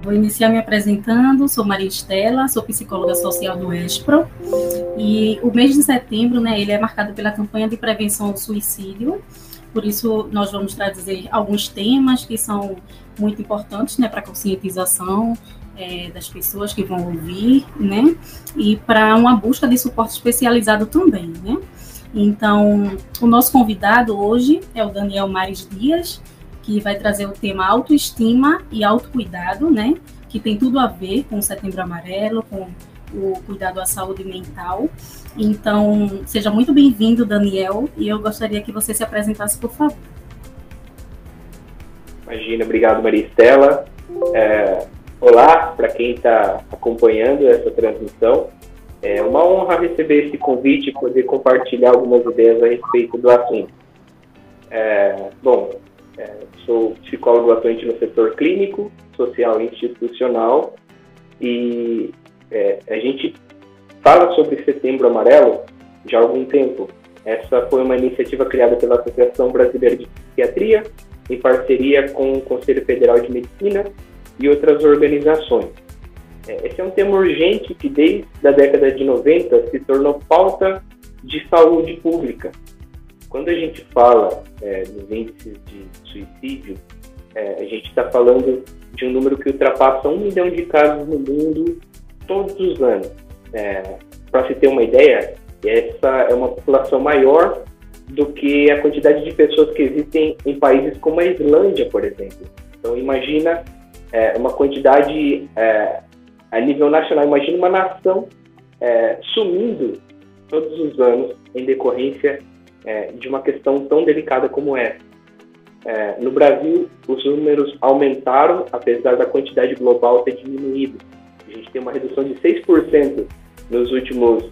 Vou iniciar me apresentando, sou Maria Estela, sou psicóloga social do ESPRO, e o mês de setembro, né, ele é marcado pela campanha de prevenção ao suicídio, por isso nós vamos trazer alguns temas que são muito importantes, né, para a conscientização das pessoas que vão ouvir, né, e para uma busca de suporte especializado também, né. Então, o nosso convidado hoje é o Daniel Mares Dias, que vai trazer o tema autoestima e autocuidado, né? Que tem tudo a ver com o Setembro Amarelo, com o cuidado à saúde mental. Então, seja muito bem-vindo, Daniel, e eu gostaria que você se apresentasse, por favor. Imagina, obrigado, Maria Estela. Olá, para quem está acompanhando essa transmissão. É uma honra receber esse convite e poder compartilhar algumas ideias a respeito do assunto. Sou psicólogo atuante no setor clínico, social e institucional, e a gente fala sobre Setembro Amarelo já há algum tempo. Essa foi uma iniciativa criada pela Associação Brasileira de Psiquiatria, em parceria com o Conselho Federal de Medicina e outras organizações. Esse é um tema urgente que, desde a década de 90, se tornou pauta de saúde pública. Quando a gente fala dos índices de suicídio, a gente está falando de um número que ultrapassa 1 milhão de casos no mundo todos os anos. Para se ter uma ideia, essa é uma população maior do que a quantidade de pessoas que existem em países como a Islândia, por exemplo. Então, imagina uma quantidade a nível nacional, imagina uma nação sumindo todos os anos em decorrência de uma questão tão delicada como essa. No Brasil, os números aumentaram, apesar da quantidade global ter diminuído. A gente tem uma redução de 6% nos últimos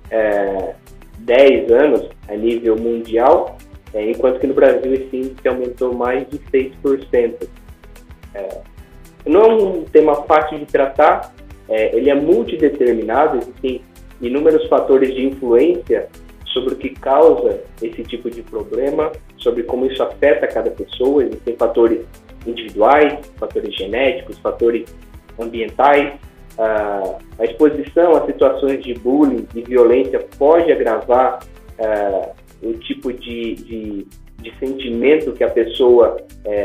10 anos a nível mundial, enquanto que no Brasil esse índice aumentou mais de 6%. Não é um tema fácil de tratar, ele é multideterminado, existem inúmeros fatores de influência sobre o que causa esse tipo de problema, sobre como isso afeta cada pessoa. Existem fatores individuais, fatores genéticos, fatores ambientais. A exposição a situações de bullying e violência pode agravar o tipo de sentimento que a pessoa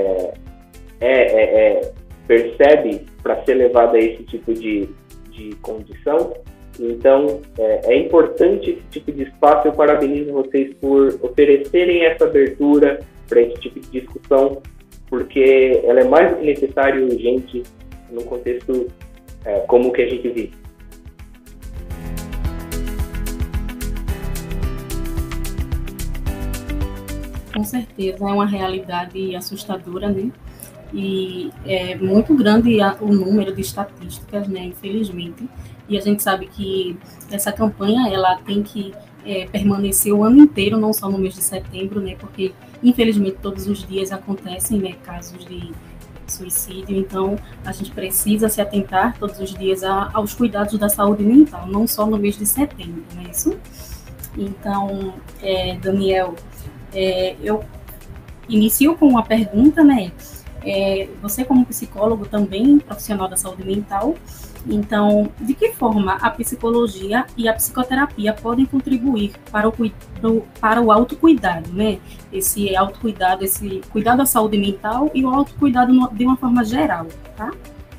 percebe para ser levada a esse tipo de condição. Então, é importante esse tipo de espaço. Eu parabenizo vocês por oferecerem essa abertura para esse tipo de discussão, porque ela é mais do que necessária e urgente num contexto como o que a gente vive. Com certeza, é uma realidade assustadora, né? E é muito grande o número de estatísticas, né, infelizmente, e a gente sabe que essa campanha ela tem que permanecer o ano inteiro, não só no mês de setembro, né, porque infelizmente todos os dias acontecem, né, casos de suicídio, então a gente precisa se atentar todos os dias aos cuidados da saúde mental, não só no mês de setembro, não é isso? Então, Daniel, eu inicio com uma pergunta, né? Você como psicólogo também, profissional da saúde mental, então, de que forma a psicologia e a psicoterapia podem contribuir para o autocuidado, né? Esse autocuidado, esse cuidado da saúde mental e o autocuidado de uma forma geral, tá?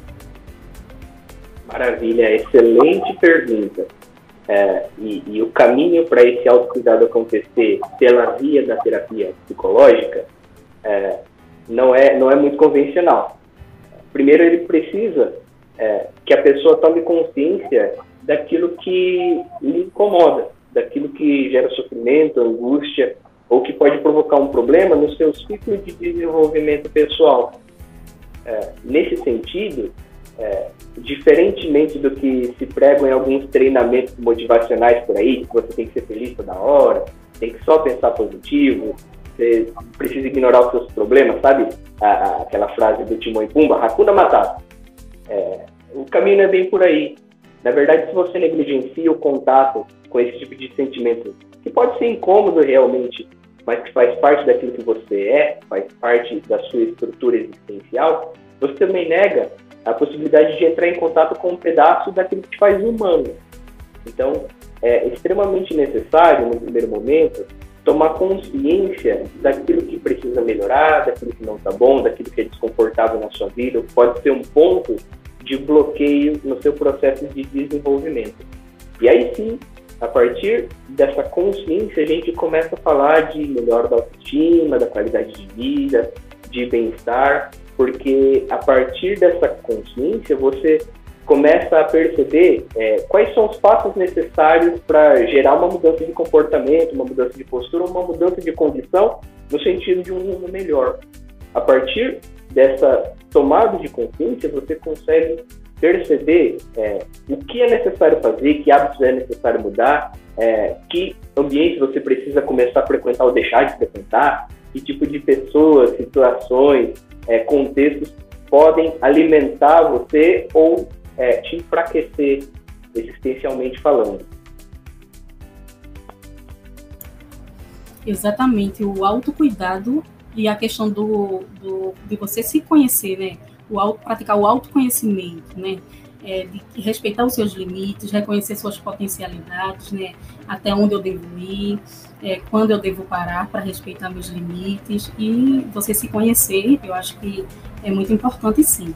Maravilha, excelente pergunta. E o caminho para esse autocuidado acontecer pela via da terapia psicológica não é muito convencional. Primeiro, ele precisa que a pessoa tome consciência daquilo que lhe incomoda, daquilo que gera sofrimento, angústia, ou que pode provocar um problema no seu ciclo de desenvolvimento pessoal. Nesse sentido, diferentemente do que se pregam em alguns treinamentos motivacionais por aí, que você tem que ser feliz toda hora, tem que só pensar positivo, você precisa ignorar os seus problemas, sabe? Aquela frase do Timão e Pumba, Hakuna Matata. O caminho não é bem por aí. Na verdade, se você negligencia o contato com esse tipo de sentimento, que pode ser incômodo realmente, mas que faz parte daquilo que você faz parte da sua estrutura existencial, você também nega a possibilidade de entrar em contato com um pedaço daquilo que te faz humano. Então, é extremamente necessário, no primeiro momento, tomar consciência daquilo que precisa melhorar, daquilo que não está bom, daquilo que é desconfortável na sua vida, pode ser um ponto de bloqueio no seu processo de desenvolvimento. E aí sim, a partir dessa consciência, a gente começa a falar de melhora da autoestima, da qualidade de vida, de bem-estar, porque a partir dessa consciência você começa a perceber quais são os passos necessários para gerar uma mudança de comportamento, uma mudança de postura, uma mudança de condição no sentido de um mundo melhor. A partir dessa tomada de consciência, você consegue perceber o que é necessário fazer, que hábitos é necessário mudar, que ambientes você precisa começar a frequentar ou deixar de frequentar, que tipo de pessoas, situações, contextos podem alimentar você ou te enfraquecer existencialmente falando. Exatamente, o autocuidado e a questão de você se conhecer, né? Praticar o autoconhecimento, né? De respeitar os seus limites, reconhecer suas potencialidades, né? Até onde eu devo ir, quando eu devo parar para respeitar meus limites, e você se conhecer, eu acho que é muito importante, sim.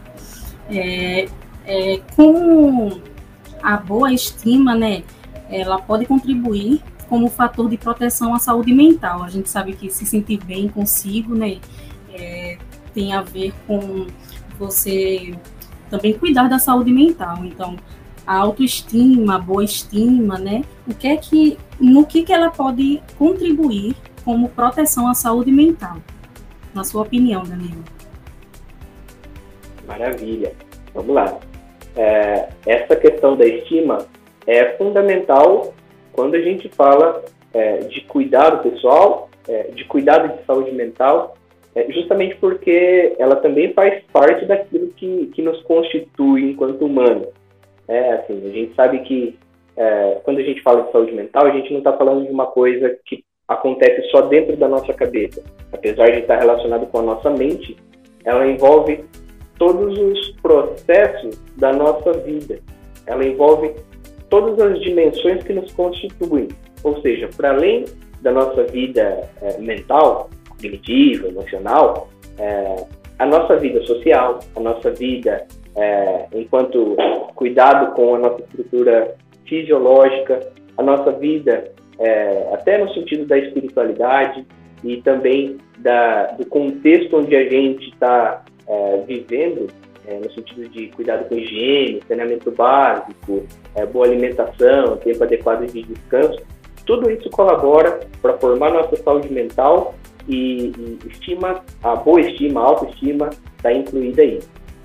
Com a boa estima, né? Ela pode contribuir como fator de proteção à saúde mental. A gente sabe que se sentir bem consigo, né? Tem a ver com você também cuidar da saúde mental. Então, a autoestima, a boa estima, né? No que ela pode contribuir como proteção à saúde mental? Na sua opinião, Danilo? Maravilha. Vamos lá. Essa questão da estima é fundamental quando a gente fala de cuidado pessoal, de cuidado de saúde mental, justamente porque ela também faz parte daquilo que nos constitui enquanto humanos. Assim, a gente sabe que quando a gente fala de saúde mental, a gente não está falando de uma coisa que acontece só dentro da nossa cabeça. Apesar de estar relacionado com a nossa mente, ela envolve todos os processos da nossa vida. Ela envolve todas as dimensões que nos constituem. Ou seja, para além da nossa vida mental, cognitiva, emocional, a nossa vida social, a nossa vida enquanto cuidado com a nossa estrutura fisiológica, a nossa vida até no sentido da espiritualidade e também do contexto onde a gente está vivendo, no sentido de cuidado com higiene, saneamento básico, boa alimentação, tempo adequado de descanso, tudo isso colabora para formar nossa saúde mental e a boa estima, a autoestima está incluída aí.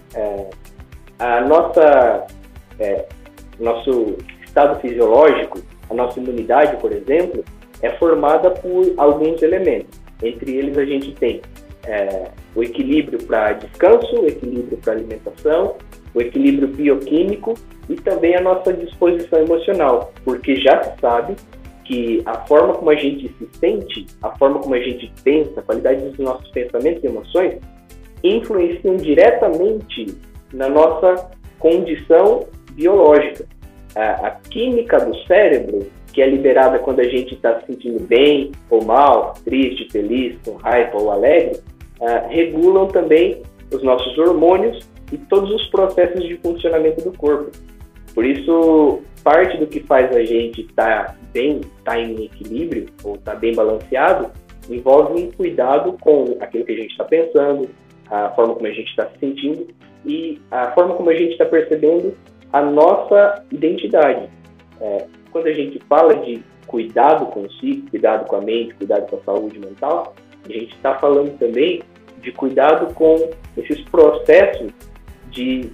Nosso estado fisiológico, a nossa imunidade, por exemplo, é formada por alguns elementos. Entre eles a gente tem o equilíbrio para descanso, o equilíbrio para alimentação, o equilíbrio bioquímico e também a nossa disposição emocional, porque já se sabe que a forma como a gente se sente, a forma como a gente pensa, a qualidade dos nossos pensamentos e emoções influenciam diretamente na nossa condição biológica. A química do cérebro, que é liberada quando a gente está se sentindo bem ou mal, triste, feliz, com raiva ou alegre, regulam também os nossos hormônios e todos os processos de funcionamento do corpo. Por isso, parte do que faz a gente estar bem, estar em equilíbrio ou estar bem balanceado, envolve um cuidado com aquilo que a gente está pensando, a forma como a gente está se sentindo e a forma como a gente está percebendo a nossa identidade. Quando a gente fala de cuidado consigo, cuidado com a mente, cuidado com a saúde mental, a gente está falando também de cuidado com esses processos de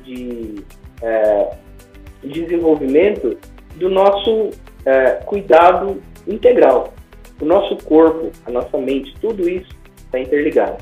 desenvolvimento do nosso cuidado integral. O nosso corpo, a nossa mente, tudo isso está interligado.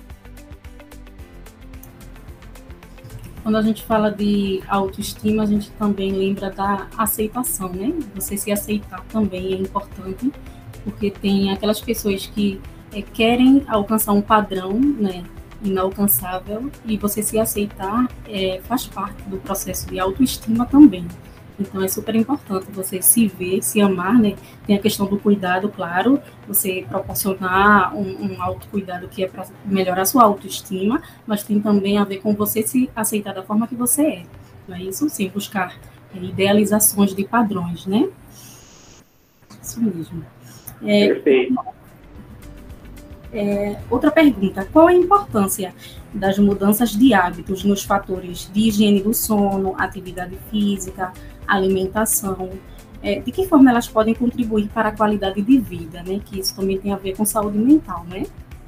Quando a gente fala de autoestima, a gente também lembra da aceitação, né? Você se aceitar também é importante, porque tem aquelas pessoas que querem alcançar um padrão, né, inalcançável, e você se aceitar faz parte do processo de autoestima também. Então, é super importante você se ver, se amar, né? Tem a questão do cuidado, claro, você proporcionar um autocuidado que é para melhorar a sua autoestima, mas tem também a ver com você se aceitar da forma que você é. Não é isso? Sem buscar idealizações de padrões, né? Isso mesmo. Perfeito. Outra pergunta, qual a importância das mudanças de hábitos nos fatores de higiene do sono, atividade física, alimentação? De que forma elas podem contribuir para a qualidade de vida, né? Que isso também tem a ver com saúde mental, né?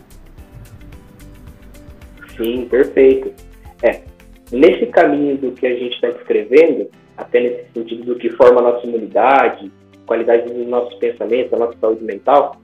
Sim, perfeito. Nesse caminho do que a gente está descrevendo, até nesse sentido do que forma a nossa imunidade, qualidade dos nossos pensamentos, a nossa saúde mental,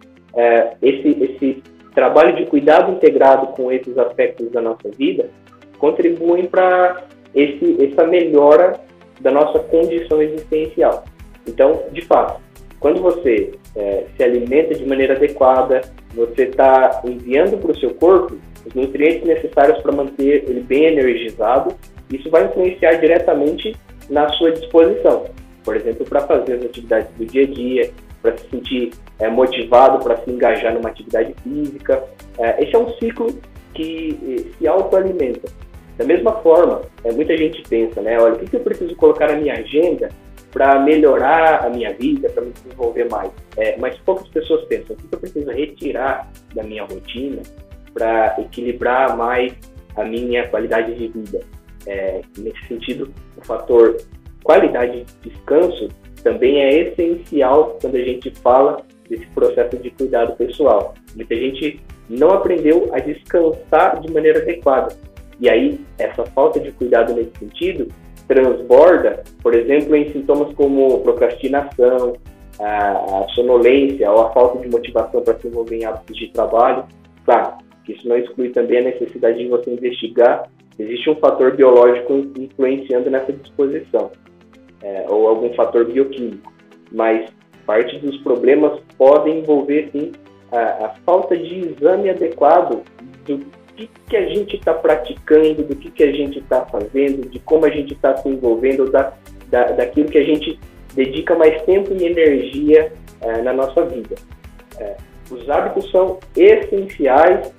esse trabalho de cuidado integrado com esses aspectos da nossa vida contribuem para essa melhora da nossa condição existencial. Então, de fato, quando você se alimenta de maneira adequada, você está enviando para o seu corpo os nutrientes necessários para manter ele bem energizado, isso vai influenciar diretamente na sua disposição. Por exemplo, para fazer as atividades do dia a dia, para se sentir motivado, para se engajar numa atividade física. Esse é um ciclo que se autoalimenta. Da mesma forma, muita gente pensa, né? Olha, o que eu preciso colocar na minha agenda para melhorar a minha vida, para me desenvolver mais? Mas poucas pessoas pensam, o que eu preciso retirar da minha rotina para equilibrar mais a minha qualidade de vida? Nesse sentido, o fator qualidade de descanso também é essencial quando a gente fala desse processo de cuidado pessoal. Muita gente não aprendeu a descansar de maneira adequada. E aí, essa falta de cuidado nesse sentido transborda, por exemplo, em sintomas como procrastinação, a sonolência ou a falta de motivação para se envolver em hábitos de trabalho. Claro, que isso não exclui também a necessidade de você investigar se existe um fator biológico influenciando nessa disposição, ou algum fator bioquímico. Mas parte dos problemas podem envolver, sim, a falta de exame adequado do que a gente está praticando, do que a gente está fazendo, de como a gente está se envolvendo, daquilo que a gente dedica mais tempo e energia na nossa vida. Os hábitos são essenciais,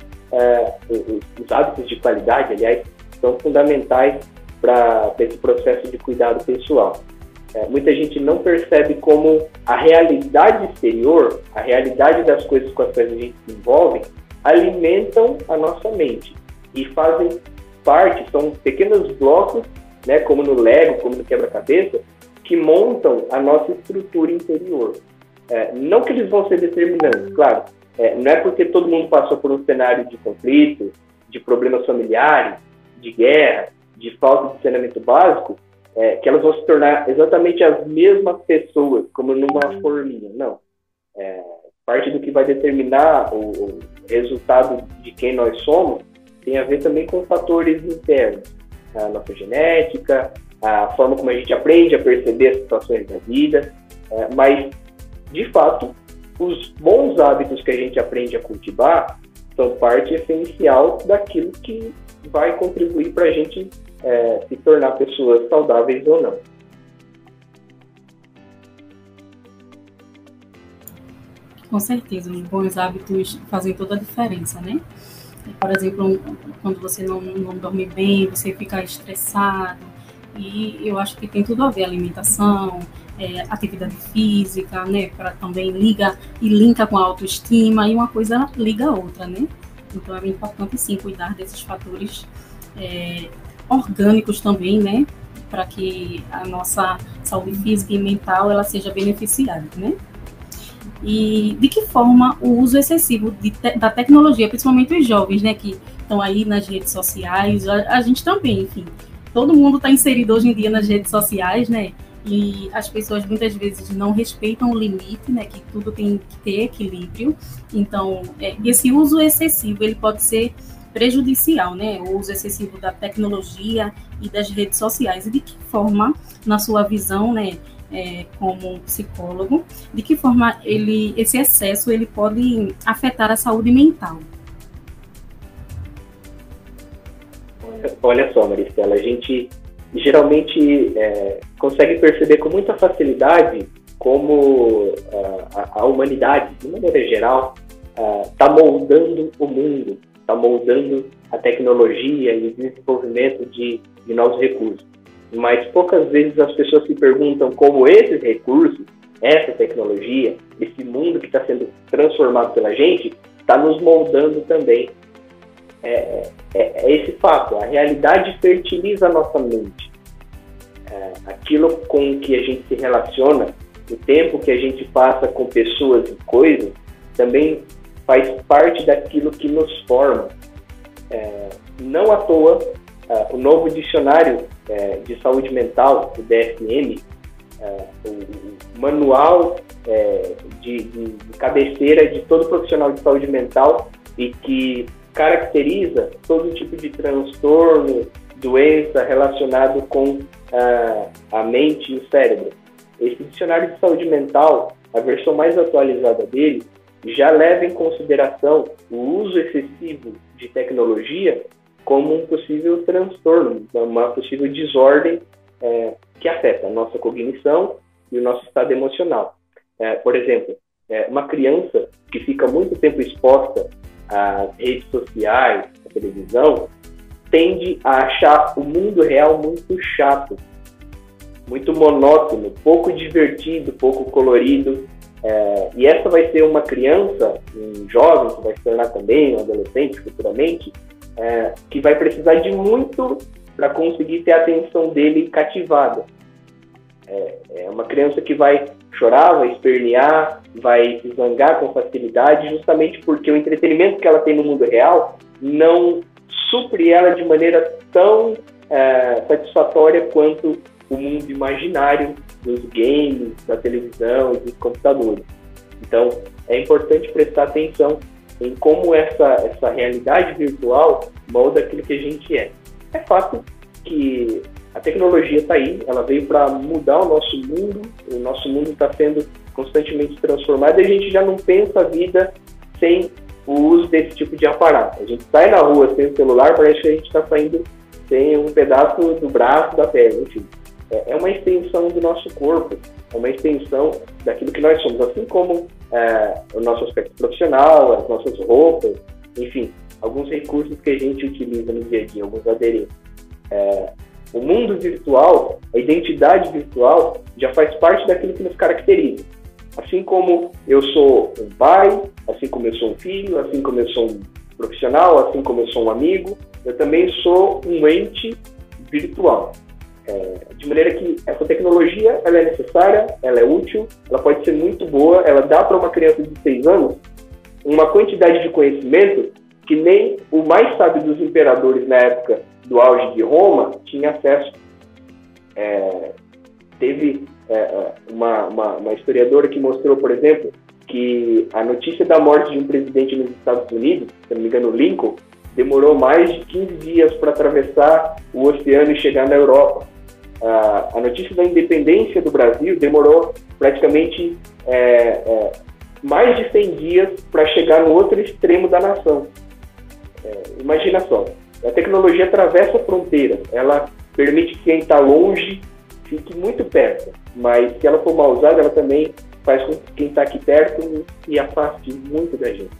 os hábitos de qualidade, aliás, são fundamentais para esse processo de cuidado pessoal. Muita gente não percebe como a realidade exterior, a realidade das coisas com as quais a gente se envolve, alimentam a nossa mente e fazem parte, são pequenos blocos, né, como no Lego, como no quebra-cabeça, que montam a nossa estrutura interior. Não que eles vão ser determinantes, claro, não é porque todo mundo passou por um cenário de conflito, de problemas familiares, de guerra, de falta de saneamento básico, que elas vão se tornar exatamente as mesmas pessoas, como numa forminha. Não. Parte do que vai determinar o resultado de quem nós somos tem a ver também com fatores internos. A nossa genética, a forma como a gente aprende a perceber as situações da vida, mas, de fato, os bons hábitos que a gente aprende a cultivar são parte essencial daquilo que vai contribuir para a gente se tornar pessoas saudáveis ou não. Com certeza, os bons hábitos fazem toda a diferença, né? Por exemplo, quando você não dorme bem, você fica estressado, e eu acho que tem tudo a ver, alimentação, atividade física, né? Para também linka com a autoestima, e uma coisa liga a outra, né? Então é importante sim cuidar desses fatores orgânicos também, né? Para que a nossa saúde física e mental ela seja beneficiada, né? E de que forma o uso excessivo da tecnologia, principalmente os jovens, né, que estão aí nas redes sociais, a gente também, enfim, todo mundo está inserido hoje em dia nas redes sociais, né, e as pessoas muitas vezes não respeitam o limite, né, que tudo tem que ter equilíbrio. Então, esse uso excessivo, ele pode ser prejudicial, né, o uso excessivo da tecnologia e das redes sociais. E de que forma, na sua visão, né, como psicólogo, de que forma esse excesso ele pode afetar a saúde mental? Olha só, Maristela, a gente geralmente consegue perceber com muita facilidade como a humanidade, de maneira geral, está moldando o mundo, está moldando a tecnologia e o desenvolvimento de novos recursos. Mas poucas vezes as pessoas se perguntam como esses recursos, essa tecnologia, esse mundo que está sendo transformado pela gente, está nos moldando também. É esse fato, a realidade fertiliza a nossa mente. Aquilo com que a gente se relaciona, o tempo que a gente passa com pessoas e coisas, também faz parte daquilo que nos forma. Não à toa, o novo dicionário de saúde mental, o DSM, o manual de cabeceira de todo profissional de saúde mental e que caracteriza todo tipo de transtorno, doença relacionado com a mente e o cérebro. Esse dicionário de saúde mental, a versão mais atualizada dele, já leva em consideração o uso excessivo de tecnologia como um possível transtorno, uma possível desordem que afeta a nossa cognição e o nosso estado emocional. Por exemplo, uma criança que fica muito tempo exposta às redes sociais, à televisão, tende a achar o mundo real muito chato, muito monótono, pouco divertido, pouco colorido. E essa vai ser uma criança, um jovem, que vai se tornar também um adolescente futuramente, que vai precisar de muito para conseguir ter a atenção dele cativada. É uma criança que vai chorar, vai espernear, vai se zangar com facilidade, justamente porque o entretenimento que ela tem no mundo real não supre ela de maneira tão satisfatória quanto o mundo imaginário dos games, da televisão e dos computadores. Então, é importante prestar atenção em como essa realidade virtual molda aquilo que a gente é. É fato que a tecnologia está aí, ela veio para mudar o nosso mundo está sendo constantemente transformado e a gente já não pensa a vida sem o uso desse tipo de aparato. A gente sai na rua sem o celular, parece que a gente está saindo sem um pedaço do braço, da perna, enfim. É uma extensão do nosso corpo, é uma extensão daquilo que nós somos, assim como o nosso aspecto profissional, as nossas roupas, enfim, alguns recursos que a gente utiliza no dia a dia, alguns adereços. O mundo virtual, a identidade virtual, já faz parte daquilo que nos caracteriza. Assim como eu sou um pai, assim como eu sou um filho, assim como eu sou um profissional, assim como eu sou um amigo, eu também sou um ente virtual. De maneira que essa tecnologia ela é necessária, ela é útil, ela pode ser muito boa, ela dá para uma criança de 6 anos uma quantidade de conhecimento que nem o mais sábio dos imperadores na época do auge de Roma tinha acesso. Teve uma historiadora que mostrou, por exemplo, que a notícia da morte de um presidente nos Estados Unidos, se não me engano, Lincoln, demorou mais de 15 dias para atravessar o oceano e chegar na Europa. A notícia da independência do Brasil demorou praticamente mais de 100 dias para chegar no outro extremo da nação. Imagina só, a tecnologia atravessa fronteiras, ela permite que quem está longe fique muito perto, mas se ela for mal usada, ela também faz com que quem está aqui perto se afaste muito da gente.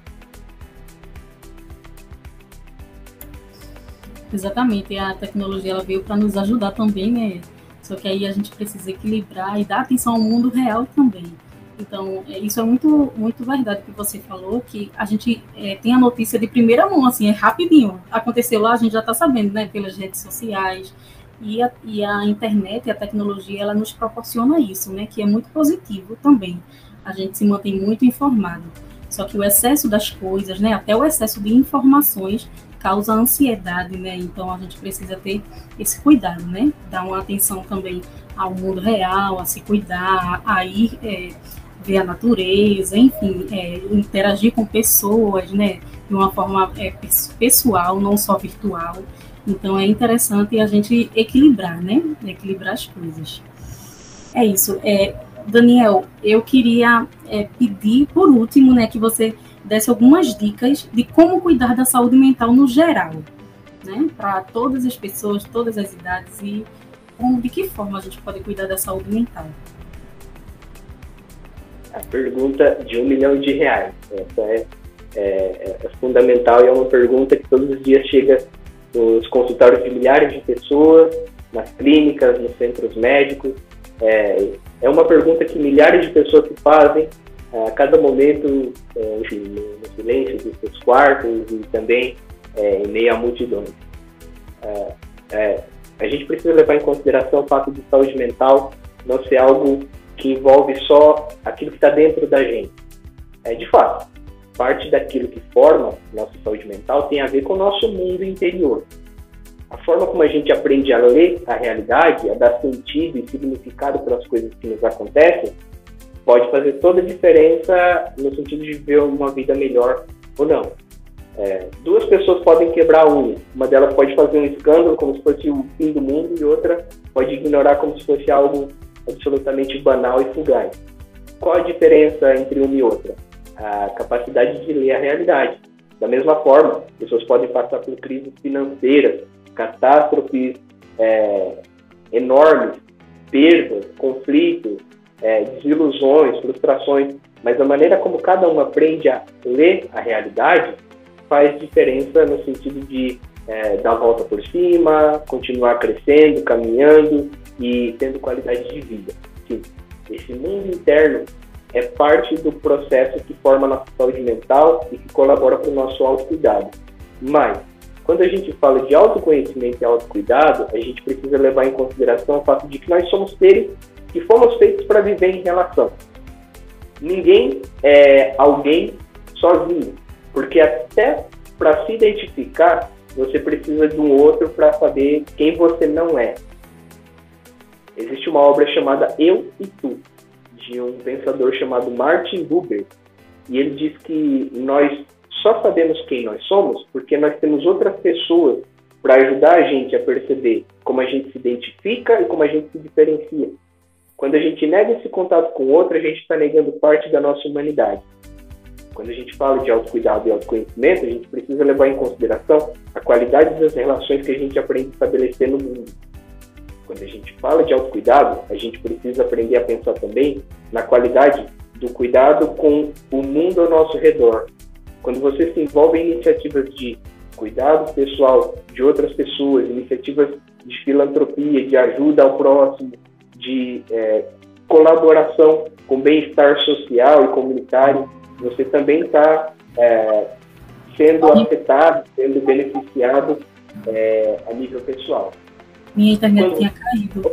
Exatamente, a tecnologia ela veio para nos ajudar também, né? Só que aí a gente precisa equilibrar e dar atenção ao mundo real também. Então, isso é muito, muito verdade que você falou, que a gente tem a notícia de primeira mão, assim, é rapidinho. Aconteceu lá, a gente já está sabendo, né? Pelas redes sociais. E a internet e a tecnologia, ela nos proporciona isso, né? Que é muito positivo também. A gente se mantém muito informado. Só que o excesso das coisas, né? Até o excesso de informações causa ansiedade, né? Então a gente precisa ter esse cuidado, né? Dar uma atenção também ao mundo real, a se cuidar, a ir ver a natureza, enfim, interagir com pessoas, né? De uma forma pessoal, não só virtual. Então é interessante a gente equilibrar, né? Equilibrar as coisas. É isso. Daniel, eu queria pedir, por último, né, que você desse algumas dicas de como cuidar da saúde mental no geral. né, para todas as pessoas, todas as idades, e de que forma a gente pode cuidar da saúde mental? A pergunta de R$1 milhão. Essa é fundamental e é uma pergunta que todos os dias chega nos consultórios de milhares de pessoas, nas clínicas, nos centros médicos. É uma pergunta que milhares de pessoas se fazem a cada momento, enfim, no silêncio dos seus quartos e também em meio a multidões. A gente precisa levar em consideração o fato de saúde mental não ser algo que envolve só aquilo que está dentro da gente. De fato, parte daquilo que forma nossa saúde mental tem a ver com o nosso mundo interior. A forma como a gente aprende a ler a realidade, a dar sentido e significado para as coisas que nos acontecem, pode fazer toda a diferença no sentido de viver uma vida melhor ou não. Duas pessoas podem quebrar a unha. Uma delas pode fazer um escândalo como se fosse o fim do mundo e outra pode ignorar como se fosse algo absolutamente banal e fugaz. Qual a diferença entre uma e outra? A capacidade de ler a realidade. Da mesma forma, pessoas podem passar por crises financeiras, catástrofes enormes, perdas, conflitos, desilusões, frustrações, mas a maneira como cada um aprende a ler a realidade faz diferença no sentido de dar a volta por cima, continuar crescendo, caminhando e tendo qualidade de vida. Sim, esse mundo interno é parte do processo que forma a nossa saúde mental e que colabora para o nosso autocuidado. Mas, quando a gente fala de autoconhecimento e autocuidado, a gente precisa levar em consideração o fato de que nós somos seres que fomos feitos para viver em relação. Ninguém é alguém sozinho, porque até para se identificar, você precisa de um outro para saber quem você não é. Existe uma obra chamada Eu e Tu, de um pensador chamado Martin Buber, e ele diz que nós só sabemos quem nós somos porque nós temos outras pessoas para ajudar a gente a perceber como a gente se identifica e como a gente se diferencia. Quando a gente nega esse contato com o outro, a gente está negando parte da nossa humanidade. Quando a gente fala de autocuidado e autoconhecimento, a gente precisa levar em consideração a qualidade das relações que a gente aprende a estabelecer no mundo. Quando a gente fala de autocuidado, a gente precisa aprender a pensar também na qualidade do cuidado com o mundo ao nosso redor. Quando você se envolve em iniciativas de cuidado pessoal de outras pessoas, iniciativas de filantropia, de ajuda ao próximo, de colaboração com bem-estar social e comunitário, você também está sendo afetado, sendo beneficiado a nível pessoal. Minha internet tinha caído.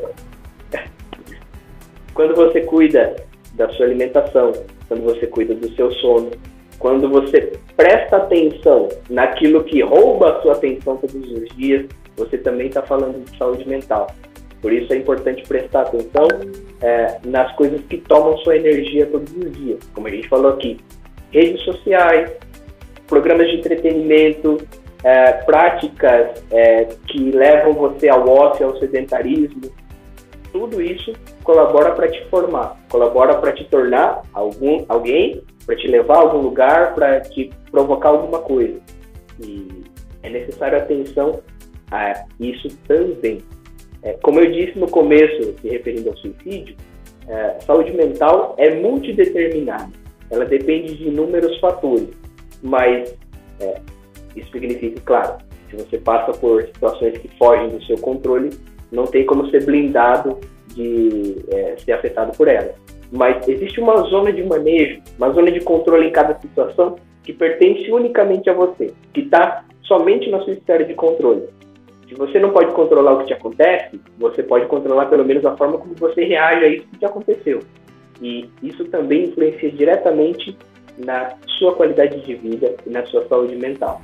Quando você cuida da sua alimentação, quando você cuida do seu sono, quando você presta atenção naquilo que rouba a sua atenção todos os dias, você também está falando de saúde mental. Por isso é importante prestar atenção nas coisas que tomam sua energia todos os dias. Como a gente falou aqui, redes sociais, programas de entretenimento, práticas que levam você ao ócio, ao sedentarismo. Tudo isso colabora para te formar, colabora para te tornar alguém, para te levar a algum lugar, para te provocar alguma coisa. E é necessário atenção a isso também. Como eu disse no começo, se referindo ao suicídio, saúde mental é multideterminada. Ela depende de inúmeros fatores, mas isso significa, claro, se você passa por situações que fogem do seu controle, não tem como ser blindado de ser afetado por ela. Mas existe uma zona de manejo, uma zona de controle em cada situação que pertence unicamente a você, que está somente na sua esfera de controle. Se você não pode controlar o que te acontece, você pode controlar pelo menos a forma como você reage a isso que te aconteceu. E isso também influencia diretamente na sua qualidade de vida e na sua saúde mental.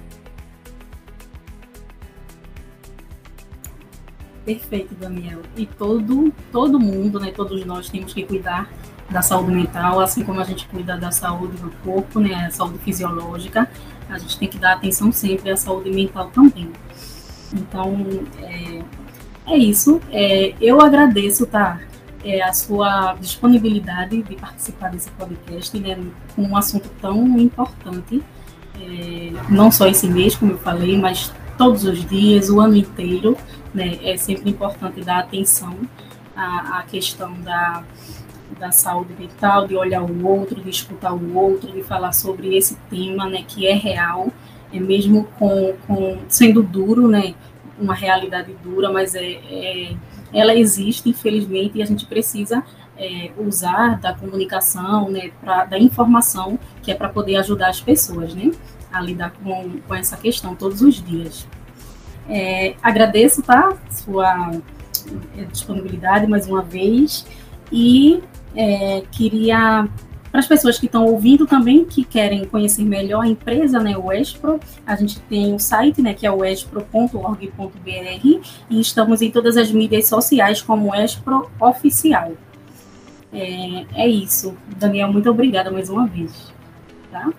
Perfeito, Daniel. E todo mundo, né, todos nós temos que cuidar da saúde mental, assim como a gente cuida da saúde do corpo, né, a saúde fisiológica, a gente tem que dar atenção sempre à saúde mental também. Então, é isso. Eu agradeço, a sua disponibilidade de participar desse podcast, né, com um assunto tão importante, não só esse mês, como eu falei, mas todos os dias, o ano inteiro, né? É sempre importante dar atenção à questão da saúde mental, de olhar o outro, de escutar o outro, de falar sobre esse tema, né, que é real, mesmo sendo duro, né, uma realidade dura, mas ela existe, infelizmente, e a gente precisa usar da comunicação, né, da informação, que é para poder ajudar as pessoas, né, a lidar com essa questão todos os dias. Agradeço, tá, sua disponibilidade mais uma vez, e queria, para as pessoas que estão ouvindo também, que querem conhecer melhor a empresa, né, o Espro, a gente tem um site, né, que é o espro.org.br, e estamos em todas as mídias sociais como Espro Oficial. É isso. Daniel, muito obrigada mais uma vez. Tá?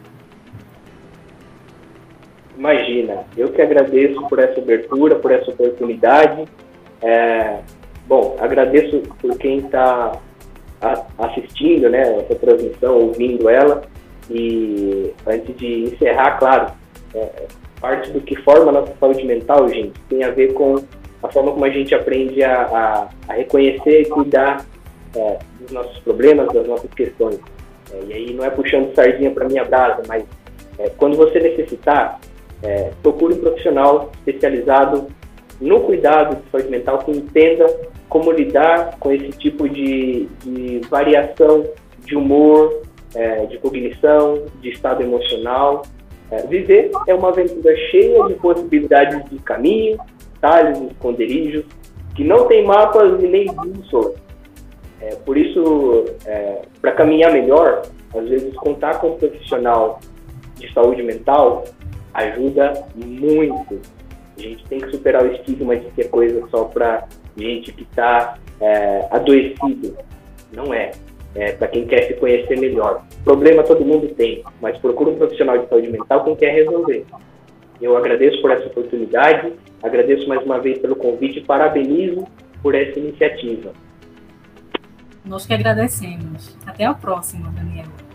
Imagina, eu que agradeço por essa abertura, por essa oportunidade. Bom, agradeço por quem está assistindo, né, essa transmissão, ouvindo ela. E antes de encerrar, claro, parte do que forma a nossa saúde mental, gente, tem a ver com a forma como a gente aprende a reconhecer e cuidar dos nossos problemas, das nossas questões. E aí não é puxando sardinha para minha brasa, mas quando você necessitar, procure um profissional especializado no cuidado de saúde mental que entenda como lidar com esse tipo de variação de humor, de cognição, de estado emocional. Viver é uma aventura cheia de possibilidades de caminho, atalhos, esconderijos, que não tem mapas e nem bússola. Por isso, para caminhar melhor, às vezes contar com um profissional de saúde mental ajuda muito. A gente tem que superar o estigma de que é coisa só para gente que está adoecido. Não é. Para quem quer se conhecer melhor. Problema todo mundo tem, mas procura um profissional de saúde mental quem quer resolver. Eu agradeço por essa oportunidade, agradeço mais uma vez pelo convite e parabenizo por essa iniciativa. Nós que agradecemos. Até a próxima, Daniel.